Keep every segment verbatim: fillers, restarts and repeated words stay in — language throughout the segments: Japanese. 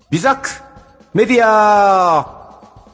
ビザックメディア。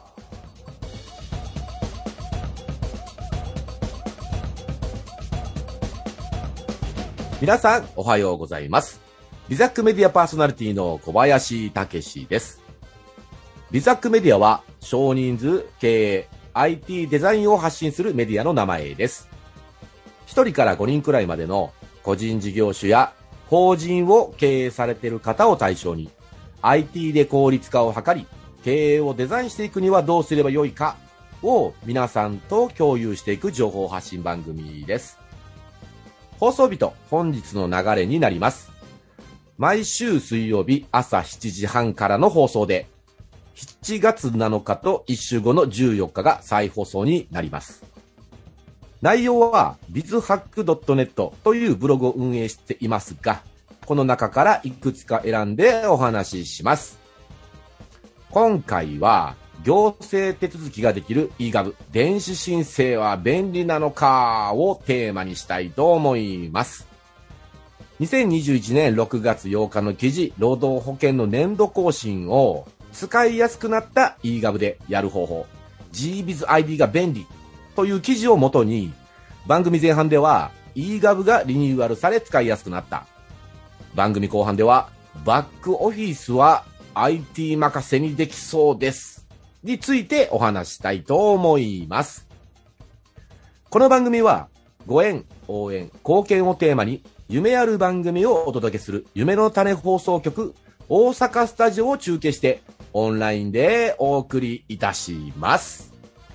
皆さんおはようございます。ビザックメディアパーソナリティの小林武史です。ビザックメディアは少人数経営 アイティー デザインを発信するメディアの名前です。ひとりからごにんくらいまでの個人事業主や法人を経営されている方を対象に アイティー で効率化を図り、経営をデザインしていくにはどうすればよいかを皆さんと共有していく情報発信番組です。放送日と本日の流れになります。毎週水曜日朝しちじはんからの放送で、しちがつなのかといっしゅうごのじゅうよっかが再放送になります。内容は ビズハックドットネット というブログを運営していますが、この中からいくつか選んでお話しします。今回は行政手続きができる イーガブ 電子申請は便利なのかをテーマにしたいと思います。にせんにじゅういちねんろくがつようかの記事、労働保険の年度更新を使いやすくなった イーガブ でやる方法、 ジービズアイディー が便利という記事をもとに、番組前半では イーガブ がリニューアルされ使いやすくなった。番組後半ではバックオフィスは アイティー 任せにできそうですについてお話したいと思います。この番組はご縁、応援、貢献をテーマに夢ある番組をお届けする夢の種放送局大阪スタジオを中継してオンラインでお送りいたします。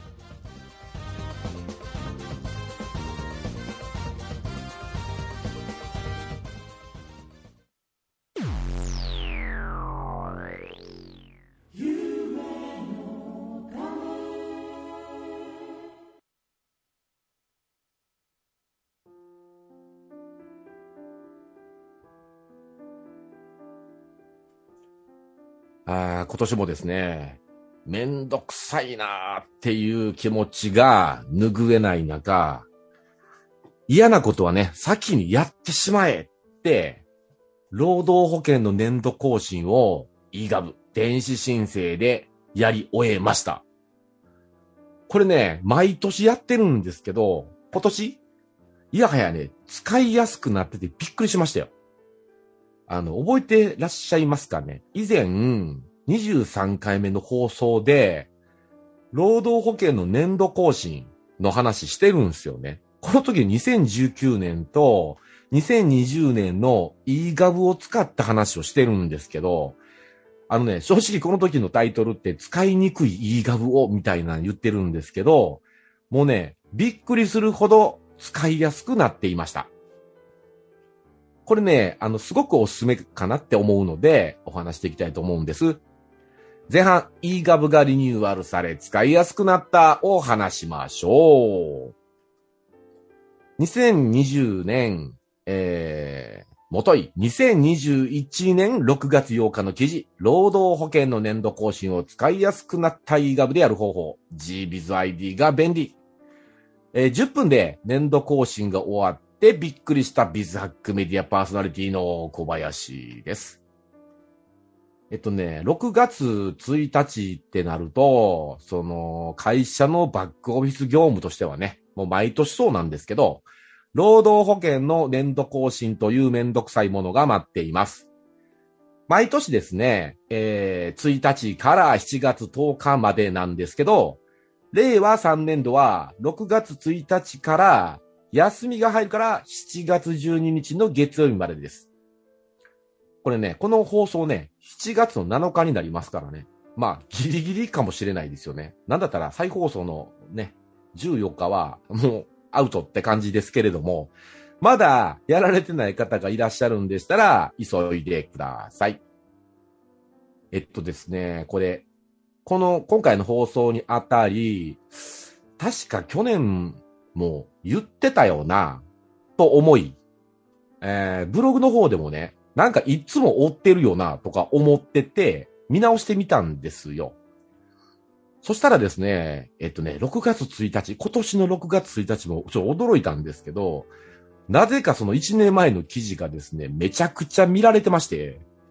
あー、今年もですね、めんどくさいなーっていう気持ちが拭えない中、嫌なことはね、先にやってしまえって、労働保険の年度更新を イーガブ 電子申請でやり終えました。これね、毎年やってるんですけど、今年、いやはやね、使いやすくなっててびっくりしましたよ。あの、覚えてらっしゃいますかね？以前、にじゅうさんかいめの放送で、労働保険の年度更新の話してるんですよね。この時にせんじゅうきゅうねんとにせんにじゅうねんの イーガブ を使った話をしてるんですけど、あのね、正直この時のタイトルって使いにくい イーガブ をみたいなの言ってるんですけど、もうね、びっくりするほど使いやすくなっていました。これね、あの、すごくおすすめかなって思うので、お話していきたいと思うんです。前半、イーガブ がリニューアルされ、使いやすくなったを話しましょう。にせんにじゅうねん、えー、もとい、にせんにじゅういちねんろくがつようかの記事、労働保険の年度更新を使いやすくなった イーガブ でやる方法、ジービズアイディー が便利。えー、じゅっぷんで年度更新が終わって、で、びっくりしたビズハックメディアパーソナリティの小林です。えっとね、ろくがつついたちってなると、その会社のバックオフィス業務としてはね、もう毎年そうなんですけど、労働保険の年度更新というめんどくさいものが待っています。毎年ですね、えー、ついたちからしちがつとおかまでなんですけど、れいわさんねんどはろくがつついたちから休みが入るからしちがつじゅうににちの月曜日までです。これね、この放送ね、しちがつのなのかになりますからね。まあ、ギリギリかもしれないですよね。なんだったら再放送のね、じゅうよっかはもうアウトって感じですけれども、まだやられてない方がいらっしゃるんでしたら、急いでください。えっとですね、これ、この今回の放送にあたり、確か去年もう言ってたよな、と思い、えー、ブログの方でもね、なんかいつも追ってるよな、とか思ってて、見直してみたんですよ。そしたらですね、えっとね、ろくがつついたち、今年のろくがつついたちもちょっと驚いたんですけど、なぜかそのいちねんまえの記事がですね、めちゃくちゃ見られてまして、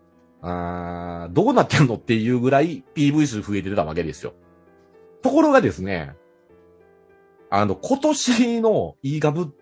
あーどうなってんのっていうぐらい ピーブイ 数増えてたわけですよ。ところがですね、あの、今年の e ガブって、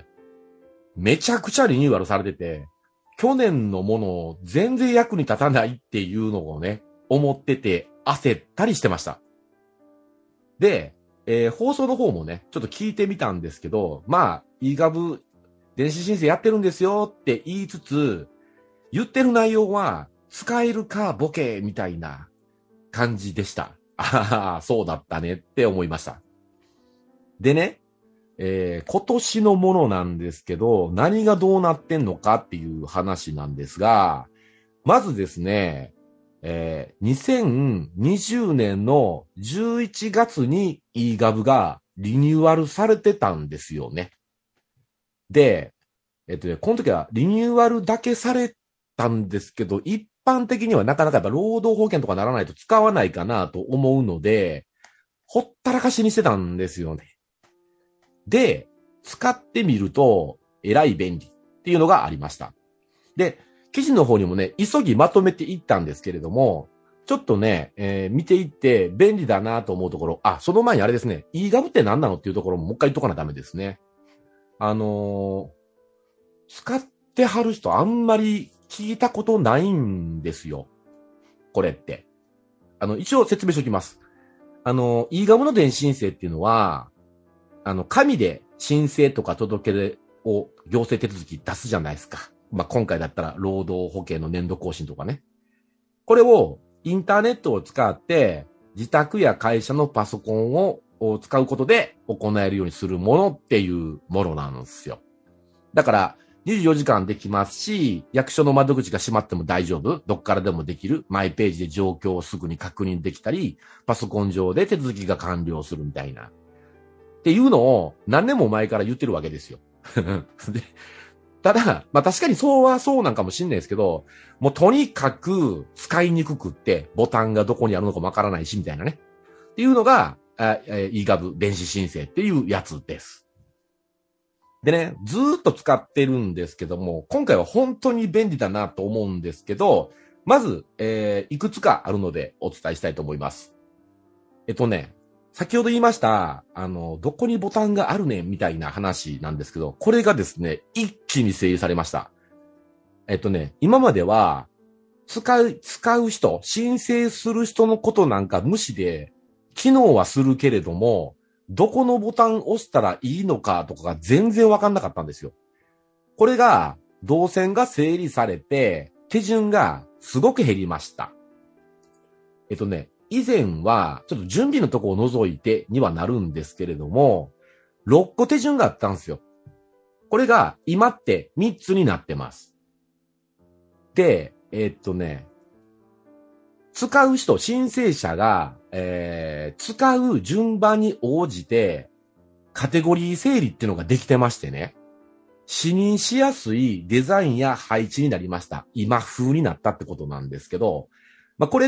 めちゃくちゃリニューアルされてて、去年のもの全然役に立たないっていうのをね、思ってて焦ったりしてました。で、えー、放送の方もね、ちょっと聞いてみたんですけど、まあ、e ガブ電子申請やってるんですよって言いつつ、言ってる内容は、使えるかボケみたいな感じでした。ああ、そうだったねって思いました。でね、えー、今年のものなんですけど、何がどうなってんのかっていう話なんですが、まずですね、えー、にせんにじゅうねんのじゅういちがつに e ガブがリニューアルされてたんですよね。で、えっとね、この時はリニューアルだけされたんですけど、一般的にはなかなかやっぱ労働保険とかならないと使わないかなと思うので、ほったらかしにしてたんですよね。で、使ってみると、えらい便利っていうのがありました。で、記事の方にもね、急ぎまとめていったんですけれども、ちょっとね、えー、見ていって便利だなと思うところ、あ、その前にあれですね、e ガブって何なのっていうところももう一回言っとかなダメですね。あのー、使ってはる人あんまり聞いたことないんですよ。これって。あの、一応説明しておきます。あの、e ガブの電子申請っていうのは、あの、紙で申請とか届け出を行政手続き出すじゃないですか。まあ、今回だったら労働保険の年度更新とかね。これをインターネットを使って自宅や会社のパソコンを使うことで行えるようにするものっていうものなんですよ。だからにじゅうよじかんできますし、役所の窓口が閉まっても大丈夫。どっからでもできる。マイページで状況をすぐに確認できたり、パソコン上で手続きが完了するみたいな。っていうのを何年も前から言ってるわけですよ。でただ、まあ確かにそうはそうなんかもしんないですけど、もうとにかく使いにくくって、ボタンがどこにあるのかもわからないし、みたいなね。っていうのが、e ガブ電子申請っていうやつです。でね、ずーっと使ってるんですけども、今回は本当に便利だなと思うんですけど、まず、えー、いくつかあるのでお伝えしたいと思います。えっとね、先ほど言いました、あの、どこにボタンがあるねんみたいな話なんですけど、これがですね、一気に整理されました。えっとね、今までは、使う、使う人、申請する人のことなんか無視で、機能はするけれども、どこのボタン押したらいいのかとかが全然わかんなかったんですよ。これが、動線が整理されて、手順がすごく減りました。えっとね、以前は、ちょっと準備のとこを除いてにはなるんですけれども、ろっこ手順があったんですよ。これが今ってみっつになってます。で、えっとね、使う人、申請者が、えー、使う順番に応じて、カテゴリー整理っていうのができてましてね、視認しやすいデザインや配置になりました。今風になったってことなんですけど、まあ、これって、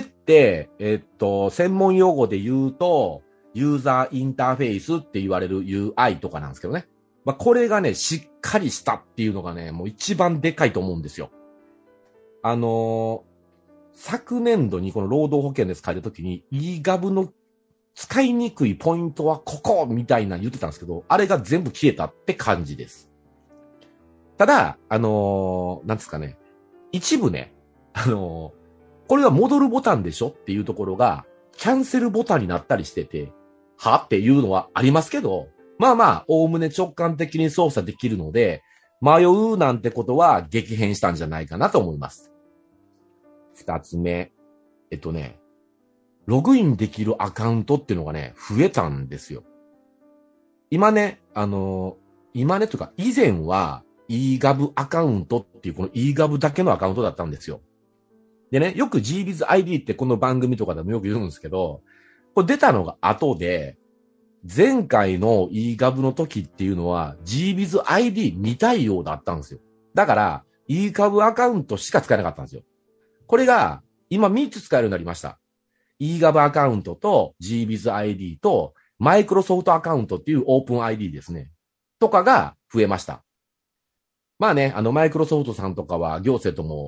えー、っと、専門用語で言うと、ユーザーインターフェースって言われる ユーアイ とかなんですけどね。まあ、これがね、しっかりしたっていうのがね、もう一番でかいと思うんですよ。あのー、昨年度にこの労働保険で使えたときに e ガブの使いにくいポイントはここみたいな言ってたんですけど、あれが全部消えたって感じです。ただ、あのー、なんですかね、一部ね、あのー、これは戻るボタンでしょっていうところが、キャンセルボタンになったりしてて、はっていうのはありますけど、まあまあ、おおむね直感的に操作できるので、迷うなんてことは激変したんじゃないかなと思います。二つ目。えっとね、ログインできるアカウントっていうのがね、増えたんですよ。今ね、あのー、今ねというか、以前は e ガブアカウントっていうこの e ガブだけのアカウントだったんですよ。でね、よく ジービズアイディー ってこの番組とかでもよく言うんですけど、これ出たのが後で、前回の e ガブの時っていうのは ジービズアイディー 未対応だったんですよ。だから e ガブアカウントしか使えなかったんですよ。これが今みっつ使えるようになりました。e ガブアカウントと ジービズアイディー とマイクロソフトアカウントっていうオープン アイディー ですね。とかが増えました。まあね、あのマイクロソフトさんとかは行政とも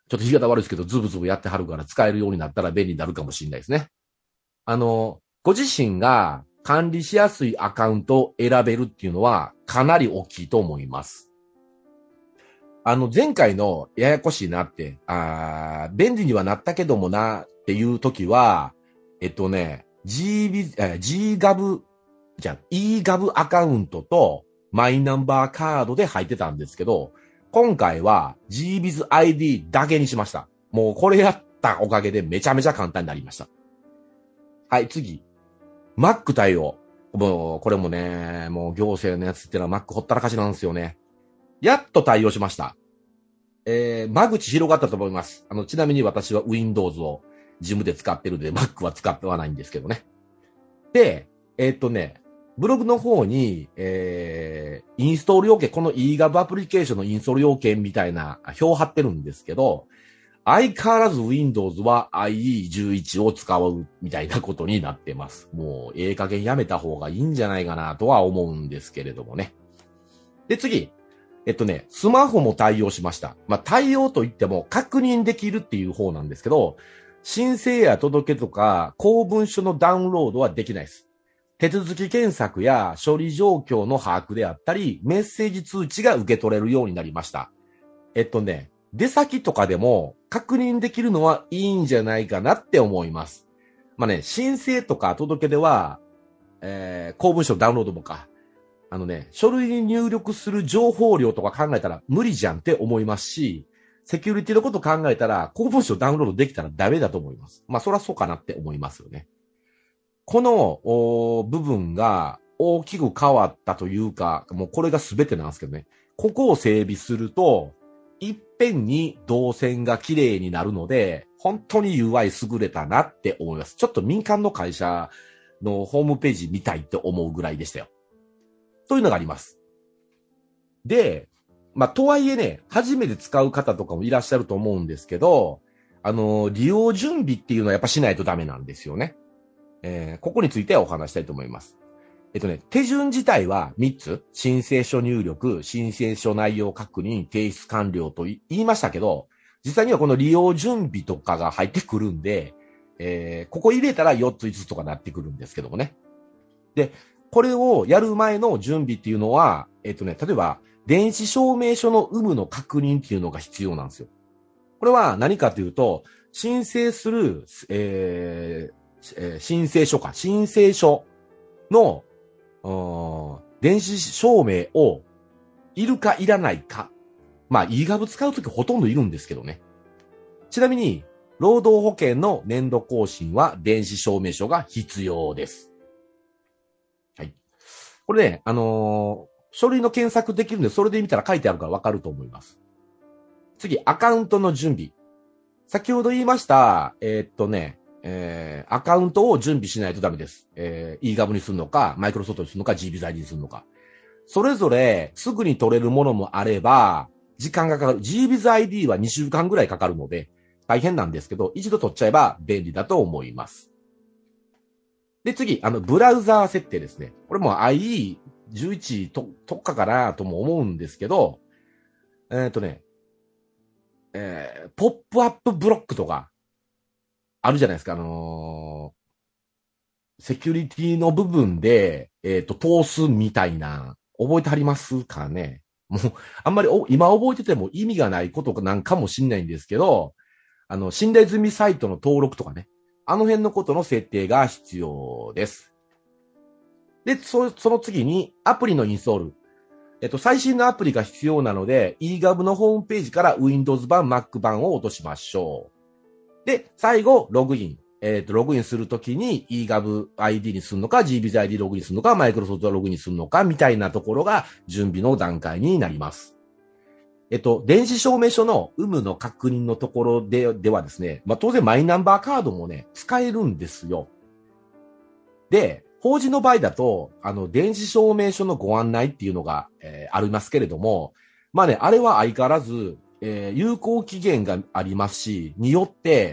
ちょっと言い方悪いですけど、ズブズブやってはるから使えるようになったら便利になるかもしれないですね。あの、ご自身が管理しやすいアカウントを選べるっていうのはかなり大きいと思います。あの、前回のややこしいなって、あ便利にはなったけどもなっていう時は、えっとね、G、G-ガブ、じゃあ E-ガブ アカウントとマイナンバーカードで入ってたんですけど、今回は ジービズアイディー だけにしました。もうこれやったおかげでめちゃめちゃ簡単になりました。はい、次。Mac 対応。もう、これもね、もう行政のやつってのは Mac ほったらかしなんですよね。やっと対応しました。えー、間口広がったと思います。あの、ちなみに私は Windows を事務で使ってるんで Mac は使ってはないんですけどね。で、えー、っとね、ブログの方に、えー、インストール要件、この E-ガブ アプリケーションのインストール要件みたいな表を貼ってるんですけど、相変わらず Windows は アイイーじゅういち を使うみたいなことになってます。もう、ええ加減やめた方がいいんじゃないかなとは思うんですけれどもね。で、次。えっとね、スマホも対応しました。まあ、対応といっても確認できるっていう方なんですけど、申請や届けとか公文書のダウンロードはできないです。手続き検索や処理状況の把握であったり、メッセージ通知が受け取れるようになりました。えっとね、出先とかでも確認できるのはいいんじゃないかなって思います。まあね、申請とか届けでは、えー、公文書ダウンロードもか、あのね、書類に入力する情報量とか考えたら無理じゃんって思いますし、セキュリティのこと考えたら公文書ダウンロードできたらダメだと思います。まあそらそうかなって思いますよね。この部分が大きく変わったというか、もうこれが全てなんですけどね。ここを整備すると、いっぺんに動線が綺麗になるので、本当に ユーアイ 優れたなって思います。ちょっと民間の会社のホームページ見たいって思うぐらいでしたよ。というのがあります。で、まあ、とはいえね、初めて使う方とかもいらっしゃると思うんですけど、あの、利用準備っていうのはやっぱしないとダメなんですよね。えー、ここについてはお話したいと思います。えっとね、手順自体はみっつ、申請書入力、申請書内容確認、提出完了と言いましたけど、実際にはこの利用準備とかが入ってくるんで、えー、ここ入れたらよっついつつとかなってくるんですけどもね。で、これをやる前の準備っていうのは、えっとね、例えば、電子証明書の有無の確認っていうのが必要なんですよ。これは何かというと、申請する、えーえー、申請書か、申請書の、電子証明をいるかいらないか。まあ、イーガブ 使うときほとんどいるんですけどね。ちなみに、労働保険の年度更新は電子証明書が必要です。はい。これね、あのー、書類の検索できるんで、それで見たら書いてあるからわかると思います。次、アカウントの準備。先ほど言いました、えー、っとね、えー、アカウントを準備しないとダメです。えー、イーガブ にするのか、マイクロソフトにするのか、ジービズアイディー にするのか。それぞれ、すぐに取れるものもあれば、時間がかかる。ジービズアイディー はにしゅうかんぐらいかかるので、大変なんですけど、一度取っちゃえば便利だと思います。で、次、あの、ブラウザー設定ですね。これも アイイーじゅういち と特化かなとも思うんですけど、えー、っとね、えー、ポップアップブロックとか、あるじゃないですか、あのー、セキュリティの部分で、えっと、通すみたいな、覚えてはりますかね？もう、あんまりお今覚えてても意味がないことなんかもしんないんですけど、あの、信頼済みサイトの登録とかね、あの辺のことの設定が必要です。で、そ、その次にアプリのインストール。えっと、最新のアプリが必要なので、イーガブ のホームページから Windows 版、Mac 版を落としましょう。で、最後、ログイン。えっと、ログインするときに イーガブ アイディー にするのか、ジービズアイディー ログインするのか、Microsoft ログインするのか、みたいなところが準備の段階になります。えっと、電子証明書の有無の確認のところで、ではですね、まあ、当然マイナンバーカードもね、使えるんですよ。で、法人の場合だと、あの、電子証明書のご案内っていうのが、えー、ありますけれども、まあね、あれは相変わらず、えー、有効期限がありますし、によって、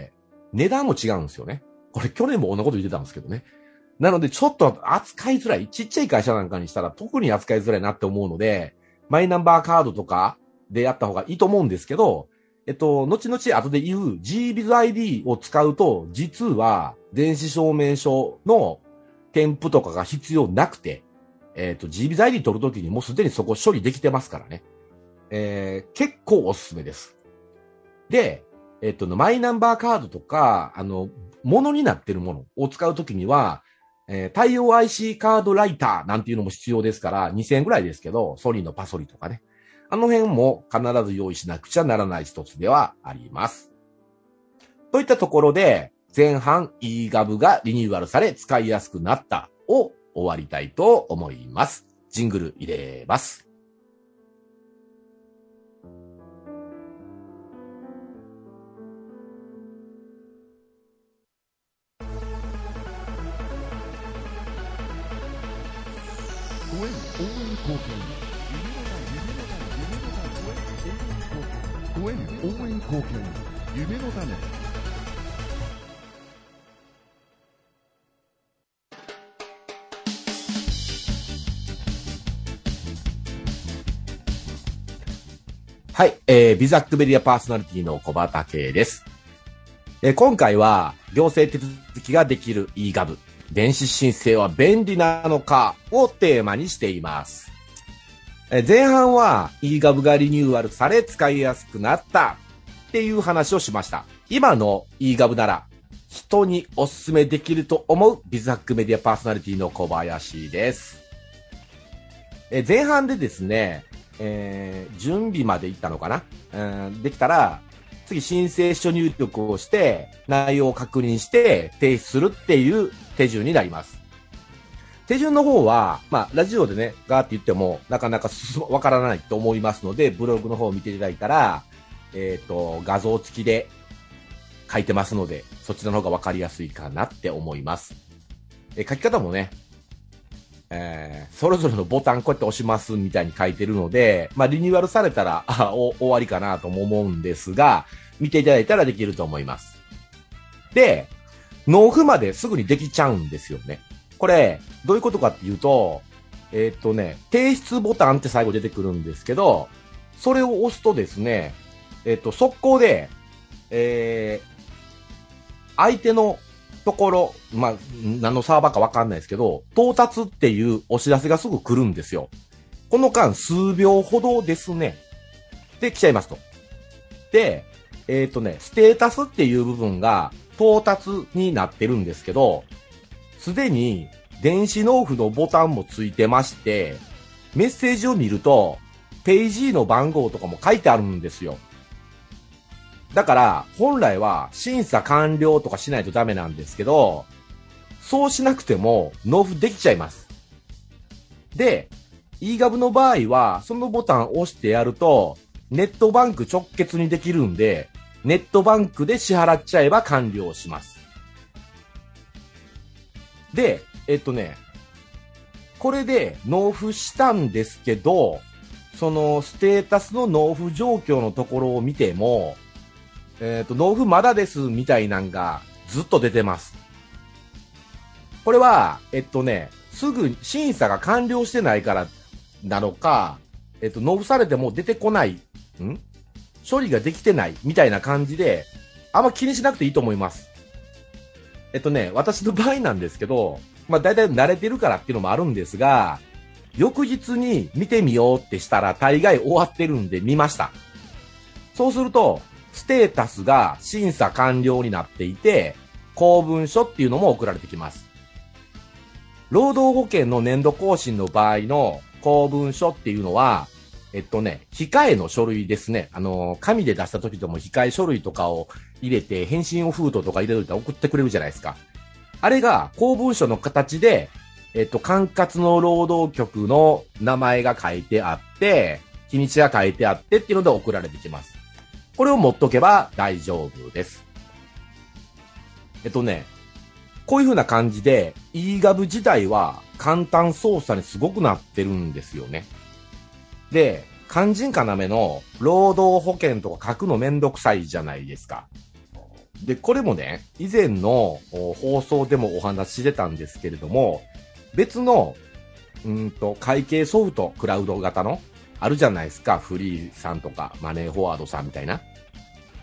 値段も違うんですよね。これ去年も同じこと言ってたんですけどね。なので、ちょっと扱いづらい。ちっちゃい会社なんかにしたら特に扱いづらいなって思うので、マイナンバーカードとかでやった方がいいと思うんですけど、 えっと、後々後で言う ジービズアイディー を使うと、実は電子証明書の添付とかが必要なくて、えっと、ジービズアイディー 取るときにもうすでにそこ処理できてますからね。えー、結構おすすめです。で、えっと、マイナンバーカードとか、あの、ものになってるものを使うときには、えー、対応 アイシー カードライターなんていうのも必要ですから、にせんえんぐらいですけど、ソニーのパソリとかね。あの辺も必ず用意しなくちゃならない一つではあります。といったところで、前半 イーガブ がリニューアルされ使いやすくなったを終わりたいと思います。ジングル入れます。 ご縁応援貢献夢の種。 はい、えー、ビザックメディアパーソナリティの小畑です。えー、今回は行政手続きができる イーガブ、電子申請は便利なのかをテーマにしています。えー、前半は イーガブ がリニューアルされ使いやすくなったっていう話をしました。今の イーガブ なら人におすすめできると思うビザックメディアパーソナリティの小林です。えー、前半でですね、えー、準備まで行ったのかな、えー、できたら次申請書入力をして内容を確認して提出するっていう手順になります。手順の方はまあラジオでねガーって言ってもなかなかわからないと思いますので、ブログの方を見ていただいたらえっと画像付きで書いてますので、そちらの方がわかりやすいかなって思います。えー、書き方もねえー、それぞれのボタンこうやって押しますみたいに書いてるので、まあリニューアルされたらあお終わりかなとも思うんですが、見ていただいたらできると思います。で、納付まですぐにできちゃうんですよね。これどういうことかっていうと、えー、っとね提出ボタンって最後出てくるんですけど、それを押すとですね、えー、っと速攻で、えー、相手のところ、まあ、何のサーバーかわかんないですけど、到達っていうお知らせがすぐ来るんですよ。この間数秒ほどですね。で、来ちゃいますと。で、えっとね、ステータスっていう部分が到達になってるんですけど、すでに電子納付のボタンもついてまして、メッセージを見ると、ページの番号とかも書いてあるんですよ。だから本来は審査完了とかしないとダメなんですけど、そうしなくても納付できちゃいます。で、イーガブ の場合はそのボタンを押してやるとネットバンク直結にできるんで、ネットバンクで支払っちゃえば完了します。で、えっとね、これで納付したんですけど、そのステータスの納付状況のところを見ても、えっと、納付まだですみたいなんがずっと出てます。これは、えっとね、すぐ審査が完了してないからなのか、えっと、納付されても出てこない、ん処理ができてないみたいな感じで、あんま気にしなくていいと思います。えっとね、私の場合なんですけど、まあ大体慣れてるからっていうのもあるんですが、翌日に見てみようってしたら大概終わってるんで見ました。そうすると、ステータスが審査完了になっていて、公文書っていうのも送られてきます。労働保険の年度更新の場合の公文書っていうのは、えっとね、控えの書類ですね。あの、紙で出した時でも控え書類とかを入れて、返信を封筒とか入れといて送ってくれるじゃないですか。あれが公文書の形で、えっと、管轄の労働局の名前が書いてあって、日にちが書いてあってっていうので送られてきます。これを持っとけば大丈夫です。えっとね、こういう風な感じで イーガブ 自体は簡単操作にすごくなってるんですよね。で、肝心要の労働保険とか書くのめんどくさいじゃないですか。で、これもね、以前の放送でもお話ししてたんですけれども、別のうんと会計ソフト、クラウド型のあるじゃないですか。フリーさんとかマネーフォワードさんみたいな。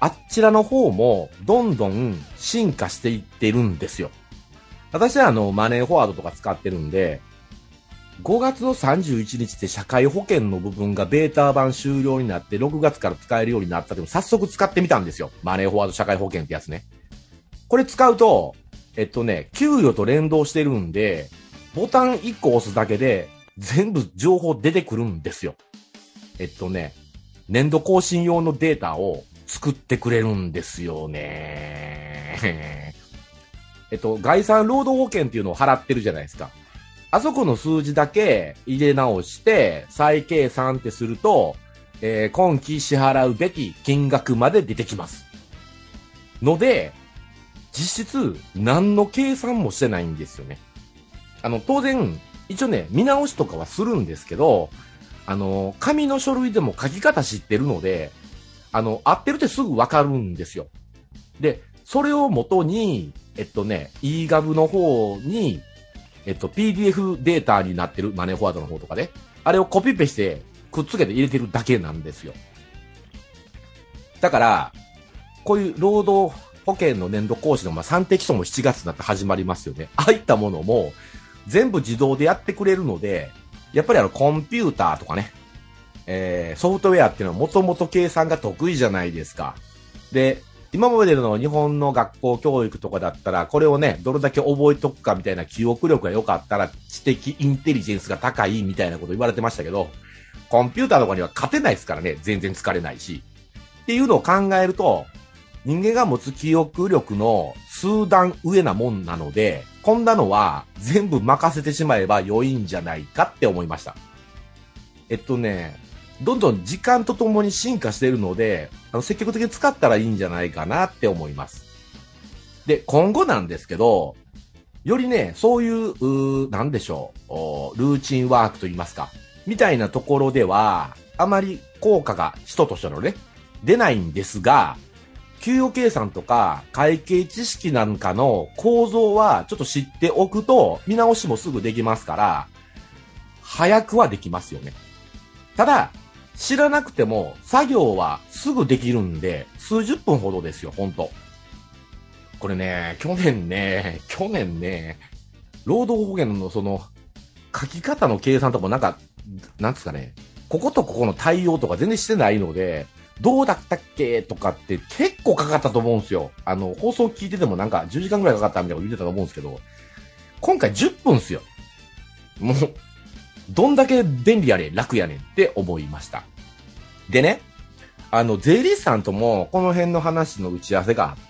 あちらの方もどんどん進化していってるんですよ。私はあのマネーフォワードとか使ってるんで、ごがつのさんじゅういちにちって社会保険の部分がベータ版終了になってろくがつから使えるようになったでも早速使ってみたんですよ。マネーフォワード社会保険ってやつね。これ使うと、えっとね、給与と連動してるんで、ボタンいっこ押すだけで全部情報出てくるんですよ。えっとね、年度更新用のデータを作ってくれるんですよね。えっと、概算労働保険っていうのを払ってるじゃないですか。あそこの数字だけ入れ直して再計算ってすると、えー、今期支払うべき金額まで出てきます。ので、実質何の計算もしてないんですよね。あの、当然、一応ね、見直しとかはするんですけど、あの、紙の書類でも書き方知ってるので、あの、合ってるってすぐわかるんですよ。で、それを元に、えっとね、e-gov の方に、えっと、ピーディーエフ データになってるマネーフォワードの方とかで、あれをコピペしてくっつけて入れてるだけなんですよ。だから、こういう労働保険の年度更新の、まあ、算定基礎もしちがつになって始まりますよね。ああいったものも全部自動でやってくれるので、やっぱりあのコンピューターとかね、えー、ソフトウェアっていうのはもともと計算が得意じゃないですか。で、今までの日本の学校教育とかだったら、これをね、どれだけ覚えとくかみたいな記憶力が良かったら、知的インテリジェンスが高いみたいなこと言われてましたけど、コンピューターとかには勝てないですからね、全然疲れないし。っていうのを考えると、人間が持つ記憶力の数段上なもんなので、こんなのは全部任せてしまえば良いんじゃないかって思いました。えっとね、どんどん時間とともに進化しているので、あの積極的に使ったらいいんじゃないかなって思います。で、今後なんですけど、よりね、そういう、うーなんでしょう、ルーチンワークといいますか、みたいなところでは、あまり効果が人としてのね、出ないんですが、給与計算とか会計知識なんかの構造はちょっと知っておくと、見直しもすぐできますから、早くはできますよね。ただ、知らなくても作業はすぐできるんで、数十分ほどですよ、ほんと。これね、去年ね、去年ね、労働保険のその、書き方の計算とかもなんか、なんですかね、こことここの対応とか全然してないので、どうだったっけとかって結構かかったと思うんですよ。あの、放送聞いててもなんかじゅうじかんぐらいかかったみたいなこと言ってたと思うんですけど、今回じゅっぷんっすよ。もう、どんだけ便利やねん、楽やねんって思いました。でね、あの、税理士さんともこの辺の話の打ち合わせがあって、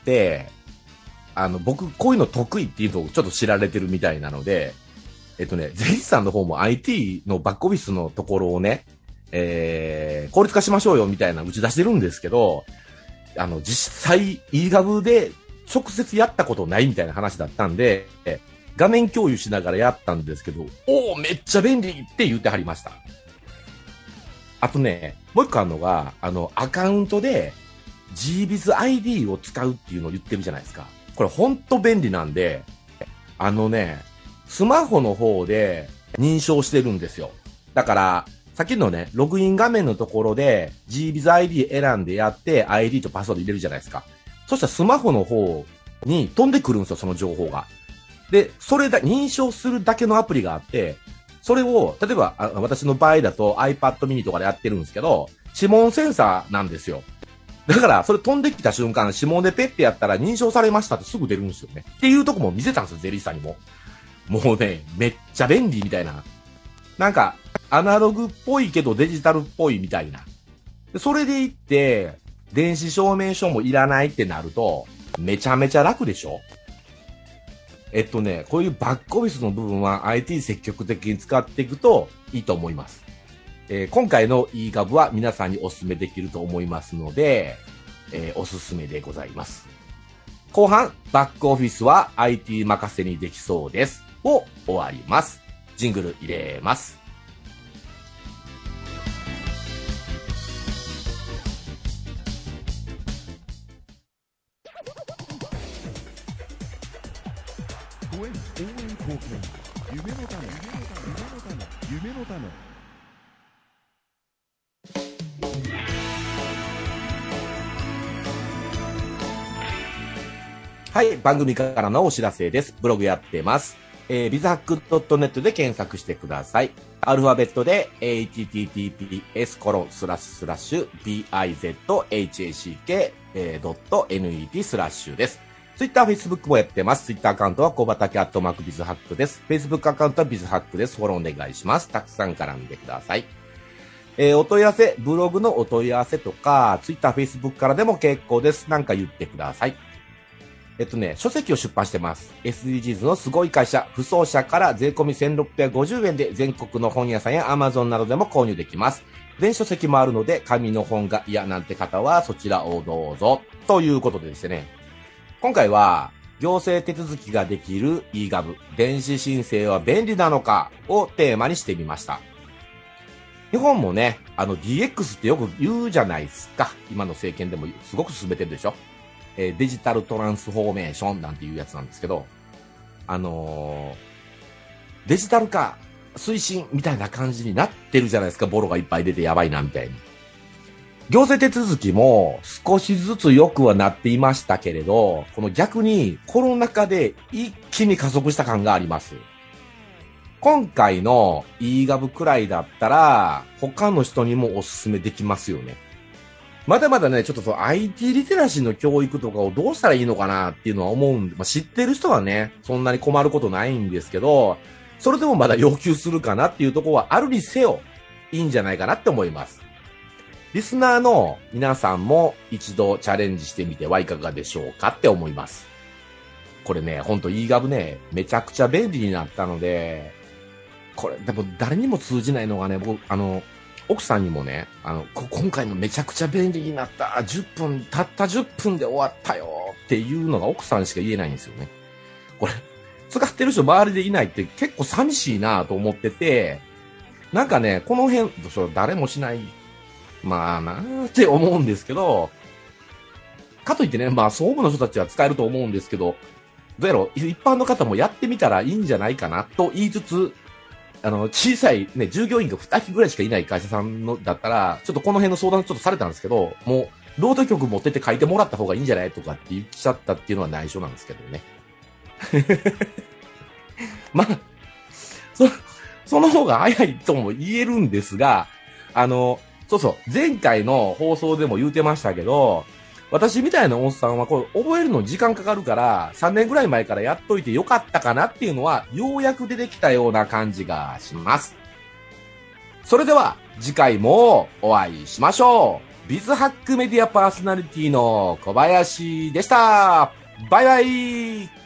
あの、僕、こういうの得意っていうのをちょっと知られてるみたいなので、えっとね、税理士さんの方も アイティー のバックオフィスのところをね、えー、効率化しましょうよみたいな打ち出してるんですけど、あの、実際 e-gov で直接やったことないみたいな話だったんで、画面共有しながらやったんですけど、おーめっちゃ便利って言ってはりました。あとね、もう一個あるのが、あの、アカウントで ジービズアイディー を使うっていうのを言ってるじゃないですか。これほんと便利なんで、あのね、スマホの方で認証してるんですよ。だから、さっきのね、ログイン画面のところで ジービズアイディー 選んでやって アイディー とパスワード入れるじゃないですか。そしたらスマホの方に飛んでくるんですよ、その情報が。で、それだ、認証するだけのアプリがあって、それを、例えば、あ私の場合だと iPad mini とかでやってるんですけど、指紋センサーなんですよ。だから、それ飛んできた瞬間、指紋でペッてやったら認証されましたってすぐ出るんですよね。っていうとこも見せたんですよ、ゼリーさんにも。もうね、めっちゃ便利みたいな。なんか、アナログっぽいけどデジタルっぽいみたいな。でそれでいって、電子証明書もいらないってなると、めちゃめちゃ楽でしょ？えっとね、こういうバックオフィスの部分は アイティー 積極的に使っていくといいと思います。えー、今回の e-gov は皆さんにお勧めできると思いますので、えー、おすすめでございます。後半、バックオフィスは アイティー 任せにできそうです。を終わります。ジングル入れます。 応援貢献夢のため夢のため夢のためはい、番組からのお知らせです。ブログやってます。えー、ビズハック ドットネット で検索してください。アルファベットで エイチティーティーピーエス コロンスラッシュスラッシュ ビズハック ドットネット スラッシュです。ツイッター、フェイスブックもやってます。ツイッターアカウントは小畑アットマークビズハックです。フェイスブックアカウントはビズハックです。フォローお願いします。たくさん絡んでください。えー、お問い合わせ、ブログのお問い合わせとか、ツイッター、フェイスブックからでも結構です。なんか言ってください。えっとね、書籍を出版してます。エスディージーズ のすごい会社、不走者から税込みせんろっぴゃくごじゅうえんで全国の本屋さんや Amazon などでも購入できます。電子書籍もあるので、紙の本が嫌なんて方はそちらをどうぞ。ということでですね、今回は、行政手続きができる イーガブ、電子申請は便利なのかをテーマにしてみました。日本もね、あの ディーエックス ってよく言うじゃないですか。今の政権でもすごく進めてるでしょ。えー、デジタルトランスフォーメーションなんていうやつなんですけど、あのー、デジタル化推進みたいな感じになってるじゃないですか。ボロがいっぱい出てやばいなみたいに。行政手続きも少しずつ良くはなっていましたけれど、この逆にコロナ禍で一気に加速した感があります。今回の イーガブ くらいだったら他の人にもおすすめできますよね。まだまだね、ちょっとそう アイティー リテラシーの教育とかをどうしたらいいのかなっていうのは思うんで、まあ、知ってる人はね、そんなに困ることないんですけど、それでもまだ要求するかなっていうところはあるにせよいいんじゃないかなって思います。リスナーの皆さんも一度チャレンジしてみてはいかがでしょうかって思います。これね、ほんと イーガブ ね、めちゃくちゃ便利になったので、これ、でも誰にも通じないのがね、僕、あの、奥さんにもね、あの、今回のめちゃくちゃ便利になった、じゅっぷん、たったじゅっぷんで終わったよっていうのが奥さんしか言えないんですよね。これ、使ってる人周りでいないって結構寂しいなと思ってて、なんかね、この辺、それ誰もしない、まあなーって思うんですけど、かといってね、まあ総務の人たちは使えると思うんですけど、どうやろう、一般の方もやってみたらいいんじゃないかなと言いつつ、あの、小さいね、従業員がふたりぐらいしかいない会社さんのだったら、ちょっとこの辺の相談ちょっとされたんですけど、もう、労働局持ってって書いてもらった方がいいんじゃないとかって言っちゃったっていうのは内緒なんですけどね。まあ、そ、その方が早いとも言えるんですが、あの、そうそう、前回の放送でも言うてましたけど、私みたいなおっさんはこれ覚えるの時間かかるからさんねんぐらい前からやっといてよかったかなっていうのはようやく出てきたような感じがします。それでは次回もお会いしましょう。ビズハックメディアパーソナリティの小林でした。バイバイ。